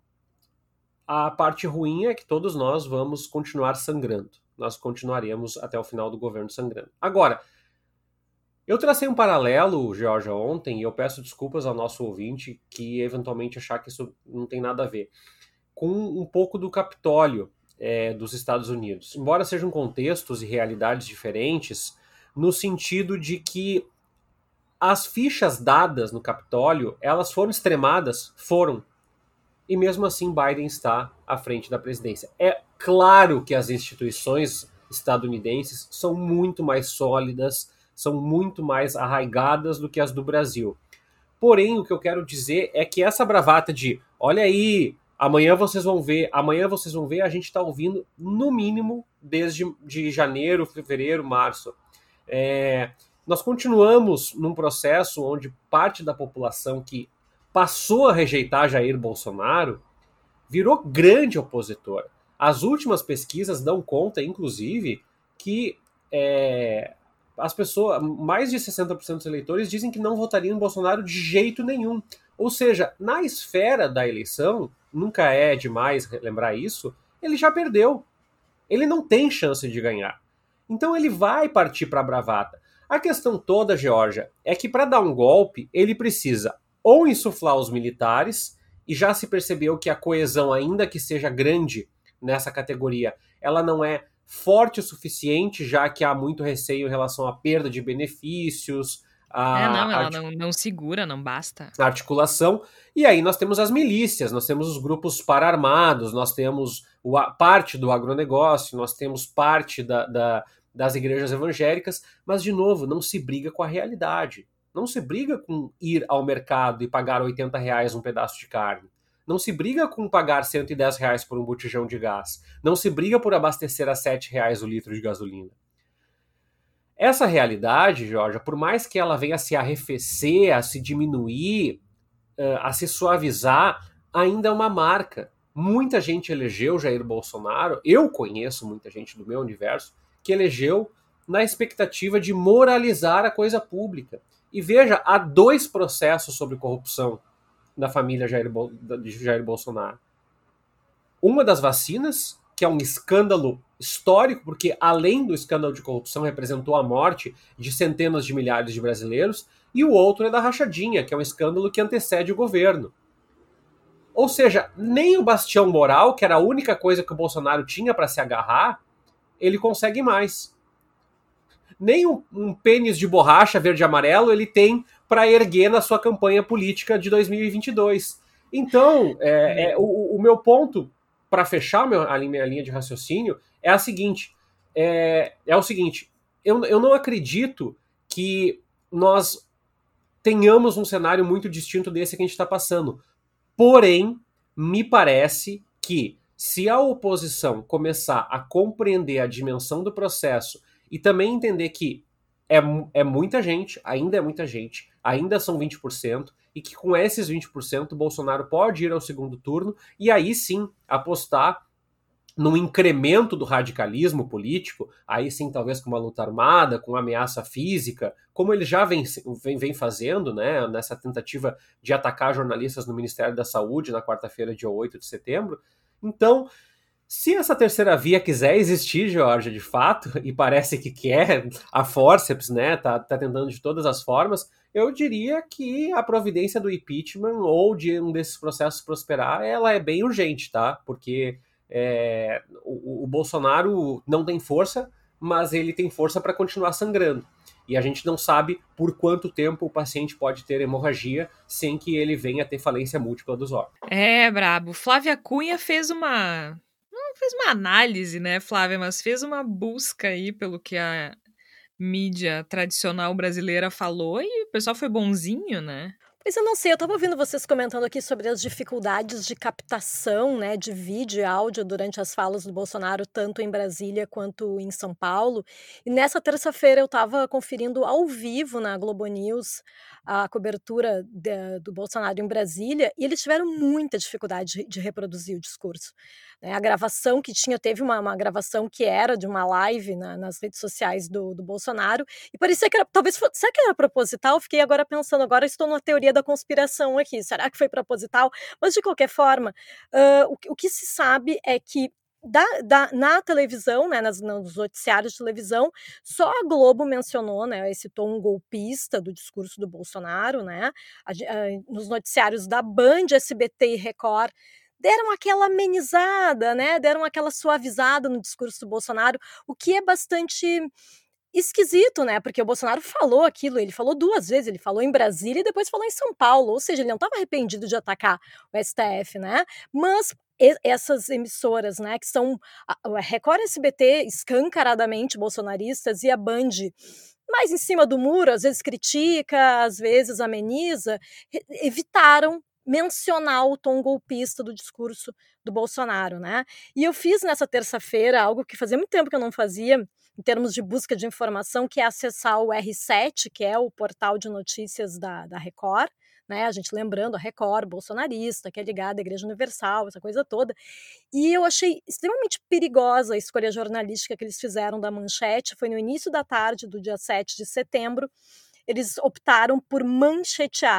a parte ruim é que todos nós vamos continuar sangrando. Nós continuaremos até o final do governo sangrando. Agora, eu tracei um paralelo, Georgia, ontem, e eu peço desculpas ao nosso ouvinte que eventualmente achar que isso não tem nada a ver, com um pouco do Capitólio dos Estados Unidos. Embora sejam contextos e realidades diferentes, no sentido de que as fichas dadas no Capitólio, elas foram extremadas? Foram. E mesmo assim Biden está à frente da presidência. É claro que as instituições estadunidenses são muito mais sólidas, são muito mais arraigadas do que as do Brasil. Porém, o que eu quero dizer é que essa bravata de, olha aí, amanhã vocês vão ver, a gente está ouvindo, no mínimo, desde de janeiro, fevereiro, março. Nós continuamos num processo onde parte da população que passou a rejeitar Jair Bolsonaro virou grande opositor. As últimas pesquisas dão conta, inclusive, que as pessoas, mais de 60% dos eleitores dizem que não votariam em Bolsonaro de jeito nenhum. Ou seja, na esfera da eleição, nunca é demais lembrar isso, ele já perdeu. ele não tem chance de ganhar. Então ele vai partir para a bravata. A questão toda, Georgia, é que para dar um golpe, ele precisa ou insuflar os militares, e já se percebeu que a coesão, ainda que seja grande nessa categoria, ela não é forte o suficiente, já que há muito receio em relação à perda de benefícios, ela não segura, não basta. A articulação. E aí nós temos as milícias, nós temos os grupos para-armados, nós temos parte do agronegócio, nós temos parte das igrejas evangélicas, mas, de novo, não se briga com a realidade. Não se briga com ir ao mercado e pagar R$80 um pedaço de carne. Não se briga com pagar R$110 por um botijão de gás. Não se briga por abastecer a R$7 o litro de gasolina. Essa realidade, Georgia, por mais que ela venha a se arrefecer, a se diminuir, a se suavizar, ainda é uma marca. Muita gente elegeu Jair Bolsonaro, eu conheço muita gente do meu universo, que elegeu na expectativa de moralizar a coisa pública. E veja, há 2 processos sobre corrupção da família de Jair Bolsonaro. Uma das vacinas, que é um escândalo histórico, porque além do escândalo de corrupção representou a morte de centenas de milhares de brasileiros, e o outro é da rachadinha, que é um escândalo que antecede o governo. Ou seja, nem o bastião moral, que era a única coisa que o Bolsonaro tinha para se agarrar, ele consegue mais. Nem um pênis de borracha verde e amarelo ele tem para erguer na sua campanha política de 2022. Então, o meu ponto, para fechar a minha linha de raciocínio, é o seguinte, eu não acredito que nós tenhamos um cenário muito distinto desse que a gente está passando. Porém, me parece que se a oposição começar a compreender a dimensão do processo e também entender que é muita gente, ainda são 20%, e que com esses 20% o Bolsonaro pode ir ao segundo turno e aí sim apostar no incremento do radicalismo político, aí sim talvez com uma luta armada, com uma ameaça física, como ele já vem fazendo, né, nessa tentativa de atacar jornalistas no Ministério da Saúde na quarta-feira, dia 8 de setembro. Então, se essa terceira via quiser existir, Georgia, de fato, e parece que quer, a fórceps, né, tá tentando de todas as formas, eu diria que a providência do impeachment ou de um desses processos prosperar, ela é bem urgente, tá? Porque o Bolsonaro não tem força, mas ele tem força para continuar sangrando. E a gente não sabe por quanto tempo o paciente pode ter hemorragia sem que ele venha a ter falência múltipla dos órgãos. Brabo. Flávia Cunha fez uma análise, né, Flávia, mas fez uma busca aí pelo que a mídia tradicional brasileira falou e o pessoal foi bonzinho, né? Mas eu não sei, eu estava ouvindo vocês comentando aqui sobre as dificuldades de captação, né, de vídeo e áudio durante as falas do Bolsonaro, tanto em Brasília quanto em São Paulo. E nessa terça-feira eu estava conferindo ao vivo na Globo News a cobertura do Bolsonaro em Brasília e eles tiveram muita dificuldade de reproduzir o discurso. A gravação que teve uma gravação que era de uma live nas redes sociais do Bolsonaro e parecia que era, será que era proposital? Fiquei agora pensando, agora estou numa teoria da conspiração aqui, será que foi proposital? Mas de qualquer forma, o que se sabe é que na televisão, né, nos noticiários de televisão, só a Globo mencionou, né, esse tom golpista do discurso do Bolsonaro, né, nos noticiários da Band, SBT e Record, deram aquela amenizada, né, deram aquela suavizada no discurso do Bolsonaro, o que é bastante esquisito, né, porque o Bolsonaro falou aquilo, ele falou 2 vezes, ele falou em Brasília e depois falou em São Paulo, ou seja, ele não estava arrependido de atacar o STF, né, mas essas emissoras, né, que são a Record e SBT escancaradamente bolsonaristas e a Band mais em cima do muro, às vezes critica, às vezes ameniza, evitaram mencionar o tom golpista do discurso do Bolsonaro, né? E eu fiz nessa terça-feira algo que fazia muito tempo que eu não fazia, em termos de busca de informação, que é acessar o R7, que é o portal de notícias da Record, né? A gente lembrando, a Record bolsonarista, que é ligada à Igreja Universal, essa coisa toda. E eu achei extremamente perigosa a escolha jornalística que eles fizeram da manchete, foi no início da tarde do dia 7 de setembro, eles optaram por manchetear.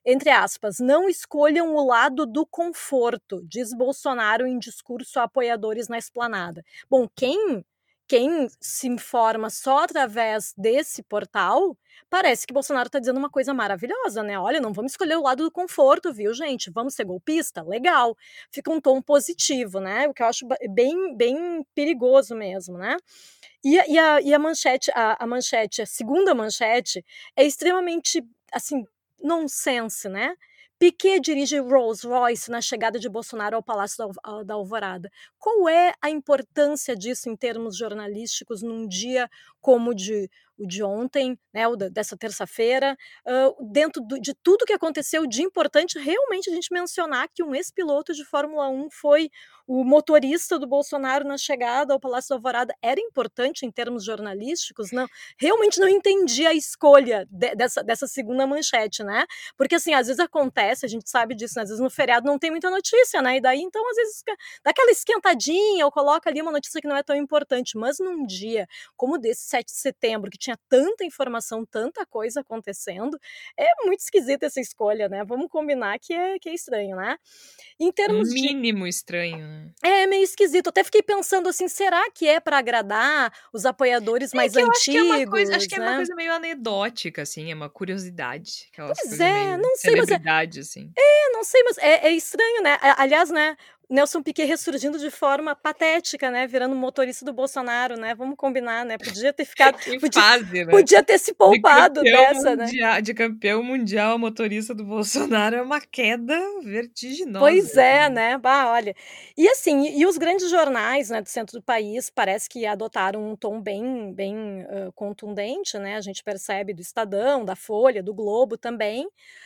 entre aspas, não escolham o lado do conforto, diz Bolsonaro em discurso a apoiadores na esplanada. Bom, quem se informa só através desse portal, parece que Bolsonaro está dizendo uma coisa maravilhosa, né? Olha, não vamos escolher o lado do conforto, viu, gente? Vamos ser golpista? Legal. Fica um tom positivo, né? O que eu acho bem perigoso mesmo, né? E a manchete, a segunda manchete, é extremamente, assim, nonsense, né? Piquet dirige Rolls-Royce na chegada de Bolsonaro ao Palácio da Alvorada. Qual é a importância disso em termos jornalísticos num dia como o de ontem, né, dessa terça-feira, dentro de tudo que aconteceu de importante, realmente a gente mencionar que um ex-piloto de Fórmula 1 foi o motorista do Bolsonaro na chegada ao Palácio da Alvorada, era importante em termos jornalísticos? Não, realmente não entendi a escolha dessa segunda manchete, né? Porque, assim, às vezes acontece, a gente sabe disso, né? Às vezes no feriado não tem muita notícia, né? E daí, então, às vezes, dá aquela esquentadinha ou coloca ali uma notícia que não é tão importante. Mas num dia como desse 7 de setembro, que tinha tanta informação, tanta coisa acontecendo, é muito esquisita essa escolha, né? Vamos combinar que é estranho, né? Em termos mínimo estranho, né? É meio esquisito. Até fiquei pensando assim, será que é para agradar os apoiadores mais antigos? Acho que é uma coisa meio anedótica, assim, é uma curiosidade. Pois é, não sei, mas assim. Não sei, mas é estranho, né? Aliás, né? Nelson Piquet ressurgindo de forma patética, né? Virando motorista do Bolsonaro, né? Vamos combinar, né? Podia ter ficado. Fase, né? Podia ter se poupado dessa, né? De campeão mundial, motorista do Bolsonaro é uma queda vertiginosa. Pois é, né? Bah, olha. E assim, e os grandes jornais, né, do centro do país parece que adotaram um tom bem contundente, né? A gente percebe do Estadão, da Folha, do Globo também.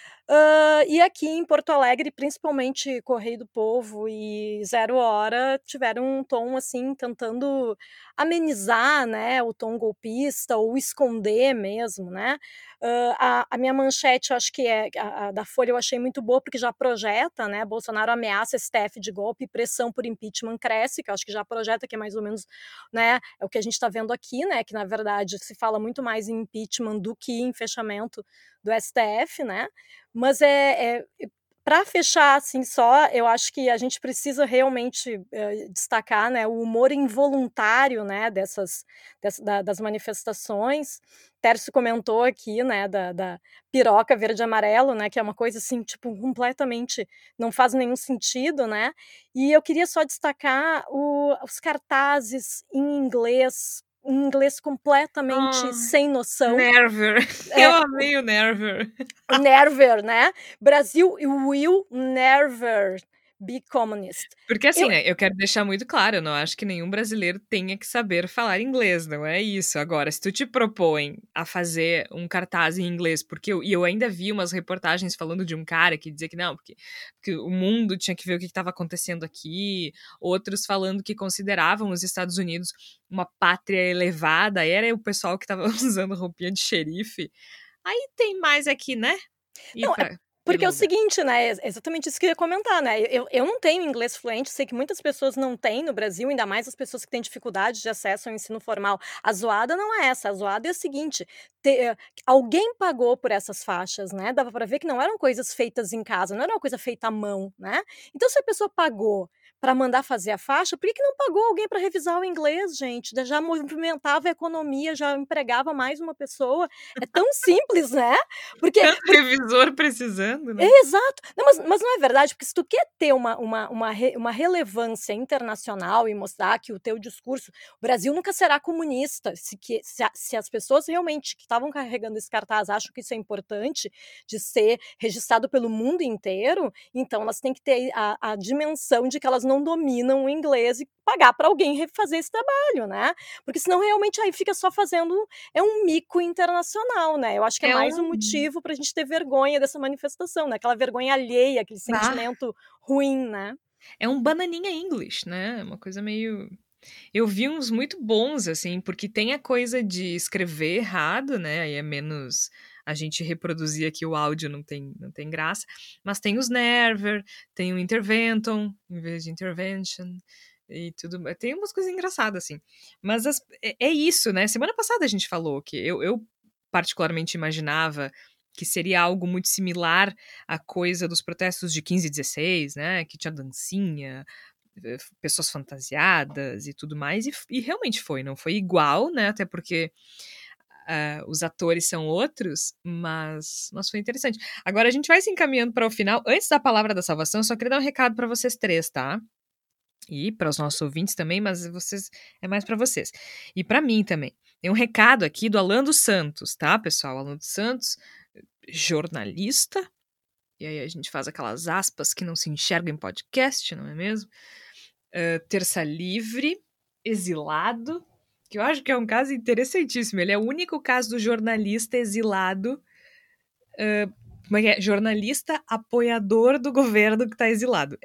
E aqui em Porto Alegre, principalmente Correio do Povo e Zero Hora, tiveram um tom, assim, tentando amenizar, né, o tom golpista ou esconder mesmo, né. A minha manchete, eu acho que a da Folha, eu achei muito boa, porque já projeta, né, Bolsonaro ameaça STF de golpe e pressão por impeachment cresce, que eu acho que já projeta, que é mais ou menos, né, é o que a gente está vendo aqui, né, que na verdade se fala muito mais em impeachment do que em fechamento do STF, né. Mas para fechar, assim, só, eu acho que a gente precisa realmente destacar, né, o humor involuntário, né, das manifestações. Tércio comentou aqui, né, da piroca verde e amarelo, né, que é uma coisa, assim, tipo, completamente não faz nenhum sentido, né. E eu queria só destacar os cartazes em inglês completamente sem noção. Never. Eu amei o Never. Never, né? Brasil will never be communist. Porque assim, né, eu quero deixar muito claro, eu não acho que nenhum brasileiro tenha que saber falar inglês, não é isso. Agora, se tu te propõe a fazer um cartaz em inglês, porque eu ainda vi umas reportagens falando de um cara que dizia que não, porque o mundo tinha que ver o que estava acontecendo aqui, outros falando que consideravam os Estados Unidos uma pátria elevada, era o pessoal que estava usando roupinha de xerife. Aí tem mais aqui, né? Não, porque é o seguinte, né? É exatamente isso que eu ia comentar, né? Eu não tenho inglês fluente, sei que muitas pessoas não têm no Brasil, ainda mais as pessoas que têm dificuldade de acesso ao ensino formal. A zoada não é essa, a zoada é a seguinte: alguém pagou por essas faixas, né? Dava para ver que não eram coisas feitas em casa, não era uma coisa feita à mão, né? Então, se a pessoa pagou para mandar fazer a faixa, por que não pagou alguém para revisar o inglês, gente? Já movimentava a economia, já empregava mais uma pessoa. É tão simples, né? Porque revisor precisando, né? Exato. Não, mas não é verdade, porque se tu quer ter uma relevância internacional e mostrar que o teu discurso, o Brasil nunca será comunista, se as pessoas realmente que estavam carregando esse cartaz acham que isso é importante, de ser registrado pelo mundo inteiro, então elas têm que ter a dimensão de que elas não dominam o inglês e pagar para alguém fazer esse trabalho, né? Porque senão realmente aí fica só fazendo, um mico internacional, né? Eu acho que é mais um motivo pra gente ter vergonha dessa manifestação, né? Aquela vergonha alheia, aquele sentimento ruim, né? É um bananinha English, né? Uma coisa meio... Eu vi uns muito bons, assim, porque tem a coisa de escrever errado, né? Aí é menos... A gente reproduzir aqui o áudio não tem graça. Mas tem os Never, tem o Interventon, em vez de Intervention... E tudo, tem umas coisas engraçadas, assim. Mas é isso, né? Semana passada a gente falou que eu particularmente imaginava que seria algo muito similar à coisa dos protestos de 15 e 16, né, que tinha dancinha, pessoas fantasiadas e tudo mais, e realmente foi, não foi igual, né, até porque os atores são outros, mas foi interessante. Agora a gente vai se encaminhando para o final. Antes da palavra da salvação, eu só queria dar um recado para vocês três, tá? E para os nossos ouvintes também, mas é mais para vocês. E para mim também. Tem um recado aqui do Alan dos Santos, tá, pessoal? Alan dos Santos, jornalista. E aí a gente faz aquelas aspas que não se enxergam em podcast, não é mesmo? Terça livre, exilado, que eu acho que é um caso interessantíssimo. Ele é o único caso do jornalista exilado, como é que é? Jornalista apoiador do governo que tá exilado.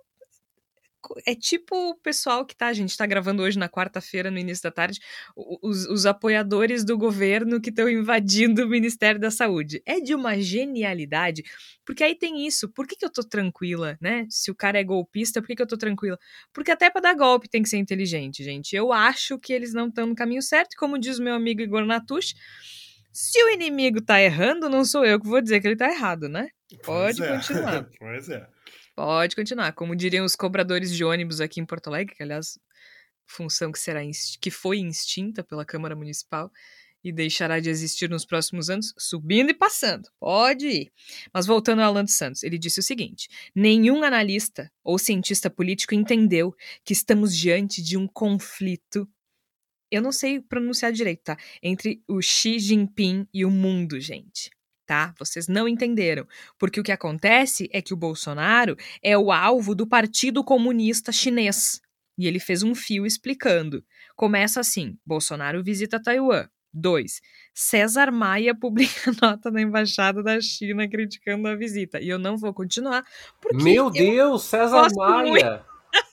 É tipo o pessoal que a gente tá gravando hoje na quarta-feira, no início da tarde, os apoiadores do governo que estão invadindo o Ministério da Saúde. É de uma genialidade, porque aí tem isso. Por que eu tô tranquila, né? Se o cara é golpista, por que eu tô tranquila? Porque até pra dar golpe tem que ser inteligente, gente. Eu acho que eles não estão no caminho certo, como diz o meu amigo Igor Natush, se o inimigo tá errando, não sou eu que vou dizer que ele tá errado, né? Pode continuar. Pois é. Pode continuar. Como diriam os cobradores de ônibus aqui em Porto Alegre, que, aliás, função que foi extinta pela Câmara Municipal e deixará de existir nos próximos anos, subindo e passando. Pode ir. Mas voltando ao Alan dos Santos, ele disse o seguinte: nenhum analista ou cientista político entendeu que estamos diante de um conflito, eu não sei pronunciar direito, tá? Entre o Xi Jinping e o mundo, gente. Tá? Vocês não entenderam, porque o que acontece é que o Bolsonaro é o alvo do Partido Comunista Chinês, e ele fez um fio explicando. Começa assim: Bolsonaro visita Taiwan. 2. César Maia publica nota na Embaixada da China criticando a visita. E eu não vou continuar, porque Meu Deus, César Maia!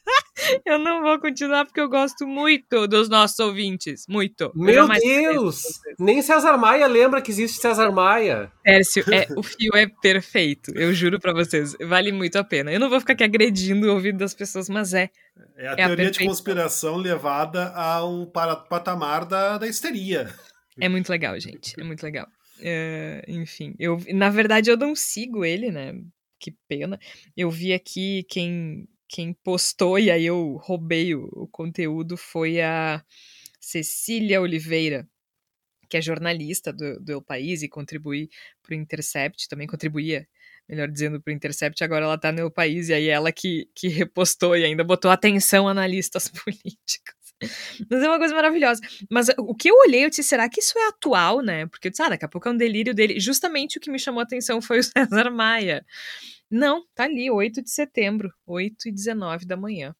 Eu não vou continuar porque eu gosto muito dos nossos ouvintes. Muito. Meu Deus! Nem César Maia lembra que existe César Maia. Tércio, o fio é perfeito. Eu juro pra vocês. Vale muito a pena. Eu não vou ficar aqui agredindo o ouvido das pessoas, mas é. É a teoria de conspiração levada ao patamar da histeria. É muito legal, gente. É muito legal. Enfim, na verdade eu não sigo ele, né? Que pena. Eu vi aqui quem postou, e aí eu roubei o conteúdo, foi a Cecília Oliveira, que é jornalista do El País e contribui para o Intercept, também contribuía, melhor dizendo, para o Intercept, agora ela está no El País, e aí ela que repostou e ainda botou atenção analistas políticos. Mas é uma coisa maravilhosa. Mas o que eu olhei, eu disse, será que isso é atual, né? Porque eu disse, daqui a pouco é um delírio dele. Justamente o que me chamou a atenção foi o César Maia. Não, tá ali, 8 de setembro, 8h19 da manhã.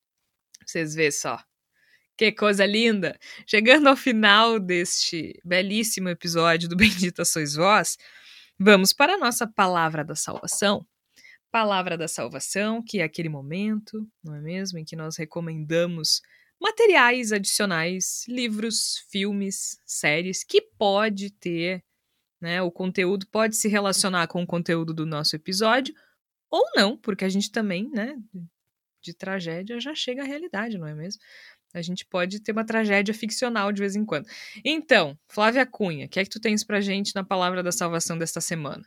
Vocês vê só. Que coisa linda! Chegando ao final deste belíssimo episódio do Bendita Sois Vós, vamos para a nossa Palavra da Salvação. Palavra da Salvação, que é aquele momento, não é mesmo, em que nós recomendamos materiais adicionais, livros, filmes, séries, que pode ter, né, o conteúdo pode se relacionar com o conteúdo do nosso episódio, ou não, porque a gente também, né, de tragédia já chega à realidade, não é mesmo? A gente pode ter uma tragédia ficcional de vez em quando. Então, Flávia Cunha, o que é que tu tens pra gente na Palavra da Salvação desta semana?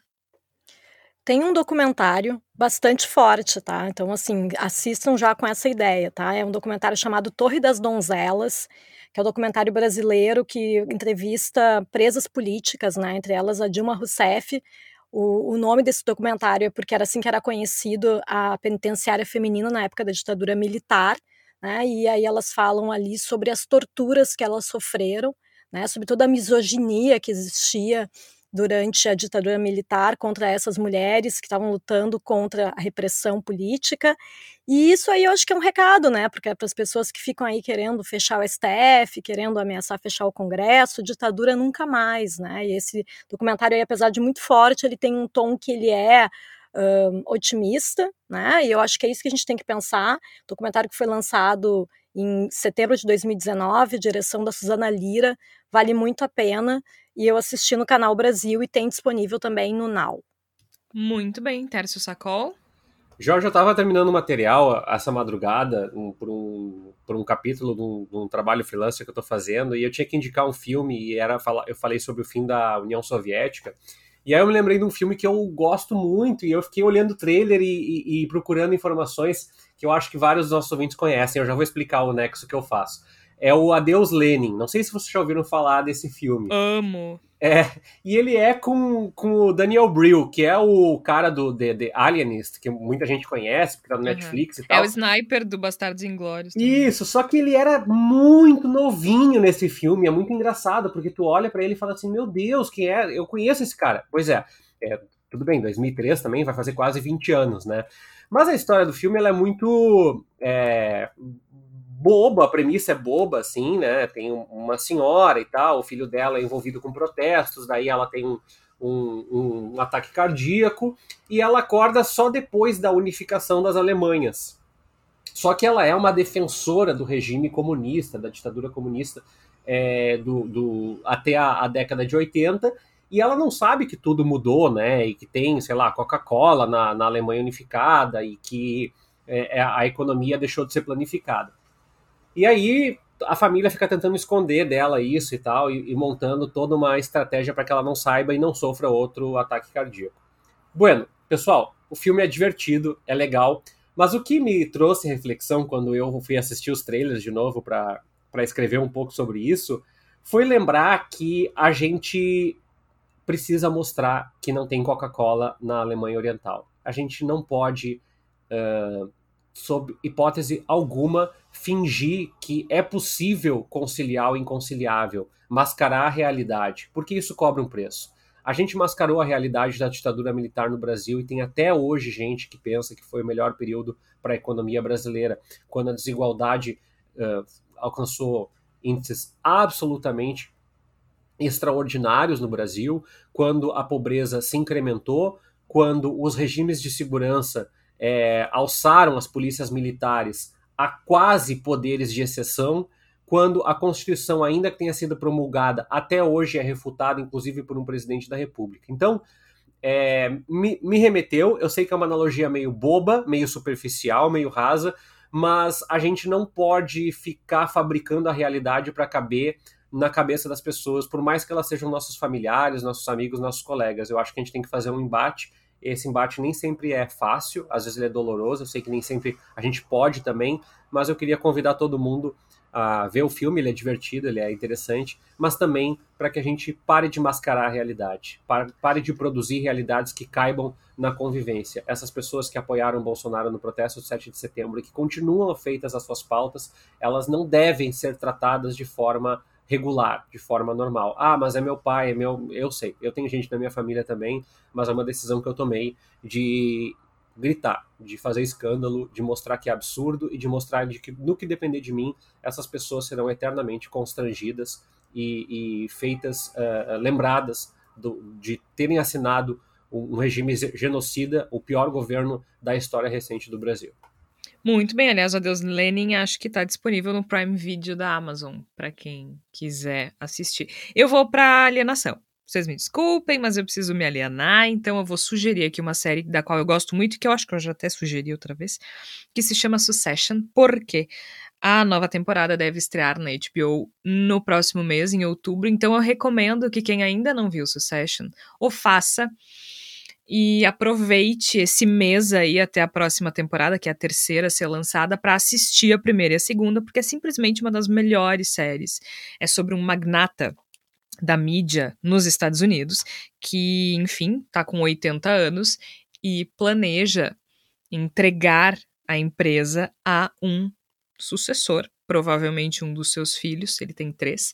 Tem um documentário bastante forte, tá? Então, assim, assistam já com essa ideia, tá? É um documentário chamado Torre das Donzelas, que é um documentário brasileiro que entrevista presas políticas, né? Entre elas a Dilma Rousseff. O nome desse documentário é porque era assim que era conhecido a penitenciária feminina na época da ditadura militar, né? E aí elas falam ali sobre as torturas que elas sofreram, né? Sobre toda a misoginia que existia durante a ditadura militar contra essas mulheres que estavam lutando contra a repressão política. E isso aí eu acho que é um recado, né? Porque é para as pessoas que ficam aí querendo fechar o STF, querendo ameaçar fechar o Congresso, ditadura nunca mais, né? E esse documentário aí, apesar de muito forte, ele tem um tom que ele é otimista, né? E eu acho que é isso que a gente tem que pensar. Documentário que foi lançado em setembro de 2019, direção da Suzana Lira, vale muito a pena. E eu assisti no Canal Brasil e tem disponível também no Now. Muito bem, Tércio Sacol. Jorge, eu estava terminando o material essa madrugada por um capítulo de um trabalho freelancer que eu estou fazendo, e eu tinha que indicar um filme, e eu falei sobre o fim da União Soviética, E aí eu me lembrei de um filme que eu gosto muito, e eu fiquei olhando o trailer e procurando informações que eu acho que vários dos nossos ouvintes conhecem. Eu já vou explicar o nexo que eu faço. É o Adeus Lenin. Não sei se vocês já ouviram falar desse filme. Amo. E ele é com o Daniel Brühl, que é o cara do The Alienist, que muita gente conhece, porque tá no Netflix e tal. É o sniper do Bastardos Inglórios. Isso, só que ele era muito novinho nesse filme, é muito engraçado, porque tu olha pra ele e fala assim, meu Deus, quem é? Eu conheço esse cara. Pois é, tudo bem, 2003 também, vai fazer quase 20 anos, né? Mas a história do filme, ela é muito... boba, a premissa é boba, assim, né? Tem uma senhora e tal, o filho dela é envolvido com protestos, daí ela tem um ataque cardíaco e ela acorda só depois da unificação das Alemanhas. Só que ela é uma defensora do regime comunista, da ditadura comunista até a década de 80, e ela não sabe que tudo mudou, né? E que tem, sei lá, Coca-Cola na Alemanha unificada e que a economia deixou de ser planificada. E aí a família fica tentando esconder dela isso e tal, e montando toda uma estratégia para que ela não saiba e não sofra outro ataque cardíaco. Bueno, pessoal, o filme é divertido, é legal, mas o que me trouxe reflexão quando eu fui assistir os trailers de novo para escrever um pouco sobre isso, foi lembrar que a gente precisa mostrar que não tem Coca-Cola na Alemanha Oriental. A gente não pode... sob hipótese alguma, fingir que é possível conciliar o inconciliável, mascarar a realidade, porque isso cobra um preço. A gente mascarou a realidade da ditadura militar no Brasil e tem até hoje gente que pensa que foi o melhor período para a economia brasileira, quando a desigualdade alcançou índices absolutamente extraordinários no Brasil, quando a pobreza se incrementou, quando os regimes de segurança alçaram as polícias militares a quase poderes de exceção, quando a Constituição, ainda que tenha sido promulgada, até hoje é refutada, inclusive por um presidente da República. Então, me remeteu, eu sei que é uma analogia meio boba, meio superficial, meio rasa, mas a gente não pode ficar fabricando a realidade para caber na cabeça das pessoas, por mais que elas sejam nossos familiares, nossos amigos, nossos colegas. Eu acho que a gente tem que fazer um embate. Esse embate nem sempre é fácil, às vezes ele é doloroso, eu sei que nem sempre a gente pode também, mas eu queria convidar todo mundo a ver o filme, ele é divertido, ele é interessante, mas também para que a gente pare de mascarar a realidade, pare de produzir realidades que caibam na convivência. Essas pessoas que apoiaram Bolsonaro no protesto de 7 de setembro e que continuam afeitas às suas pautas, elas não devem ser tratadas de forma regular, de forma normal. Mas é meu pai, eu sei, eu tenho gente da minha família também, mas é uma decisão que eu tomei de gritar, de fazer escândalo, de mostrar que é absurdo e de mostrar que, no que depender de mim, essas pessoas serão eternamente constrangidas e feitas, lembradas de terem assinado um regime genocida, o pior governo da história recente do Brasil. Muito bem, aliás, o Adeus Lenin acho que está disponível no Prime Video da Amazon, para quem quiser assistir. Eu vou para Alienação. Vocês me desculpem, mas eu preciso me alienar, então eu vou sugerir aqui uma série da qual eu gosto muito, que eu acho que eu já até sugeri outra vez, que se chama Succession, porque a nova temporada deve estrear na HBO no próximo mês, em outubro, então eu recomendo que quem ainda não viu Succession o faça, e aproveite esse mês aí até a próxima temporada, que é a terceira a ser lançada, para assistir a primeira e a segunda, porque é simplesmente uma das melhores séries. É sobre um magnata da mídia nos Estados Unidos, que, enfim, tá com 80 anos e planeja entregar a empresa a um sucessor, provavelmente um dos seus filhos, ele tem 3,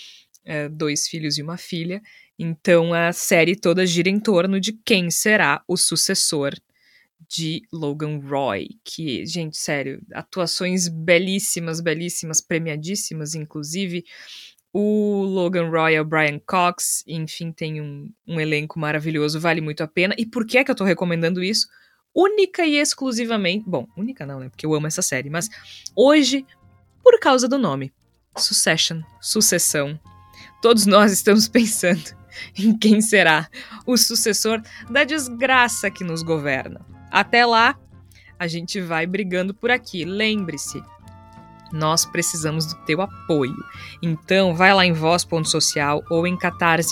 2 filhos e uma filha. Então a série toda gira em torno de quem será o sucessor de Logan Roy, que, gente, sério, atuações belíssimas, belíssimas, premiadíssimas, inclusive. O Logan Roy é o Brian Cox, enfim, tem um elenco maravilhoso, vale muito a pena. E por que é que eu tô recomendando isso? Única e exclusivamente... Bom, única não, né? Porque eu amo essa série, mas hoje, por causa do nome. Succession, sucessão. Todos nós estamos pensando em quem será o sucessor da desgraça que nos governa. Até lá, a gente vai brigando por aqui. Lembre-se, Nós precisamos do teu apoio. Então, vai lá em voz.social ou em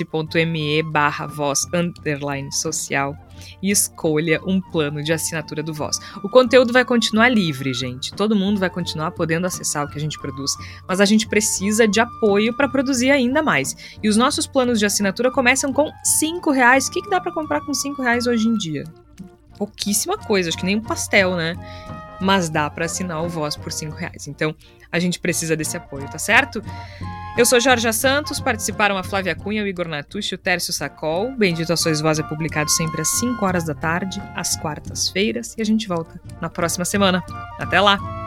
catarse.me/voz_social e escolha um plano de assinatura do Voz. O conteúdo vai continuar livre, gente. Todo mundo vai continuar podendo acessar o que a gente produz, mas a gente precisa de apoio para produzir ainda mais. E os nossos planos de assinatura começam com R$5. O que dá para comprar com R$5 hoje em dia? Pouquíssima coisa, acho que nem um pastel, né? Mas dá para assinar o Voz por R$5. Então, a gente precisa desse apoio, tá certo? Eu sou Jorge Santos, participaram a Flávia Cunha, o Igor Natucci e o Tércio Sacol. Bendito a Sois Voz é publicado sempre às 5 horas da tarde, às quartas-feiras, e a gente volta na próxima semana. Até lá!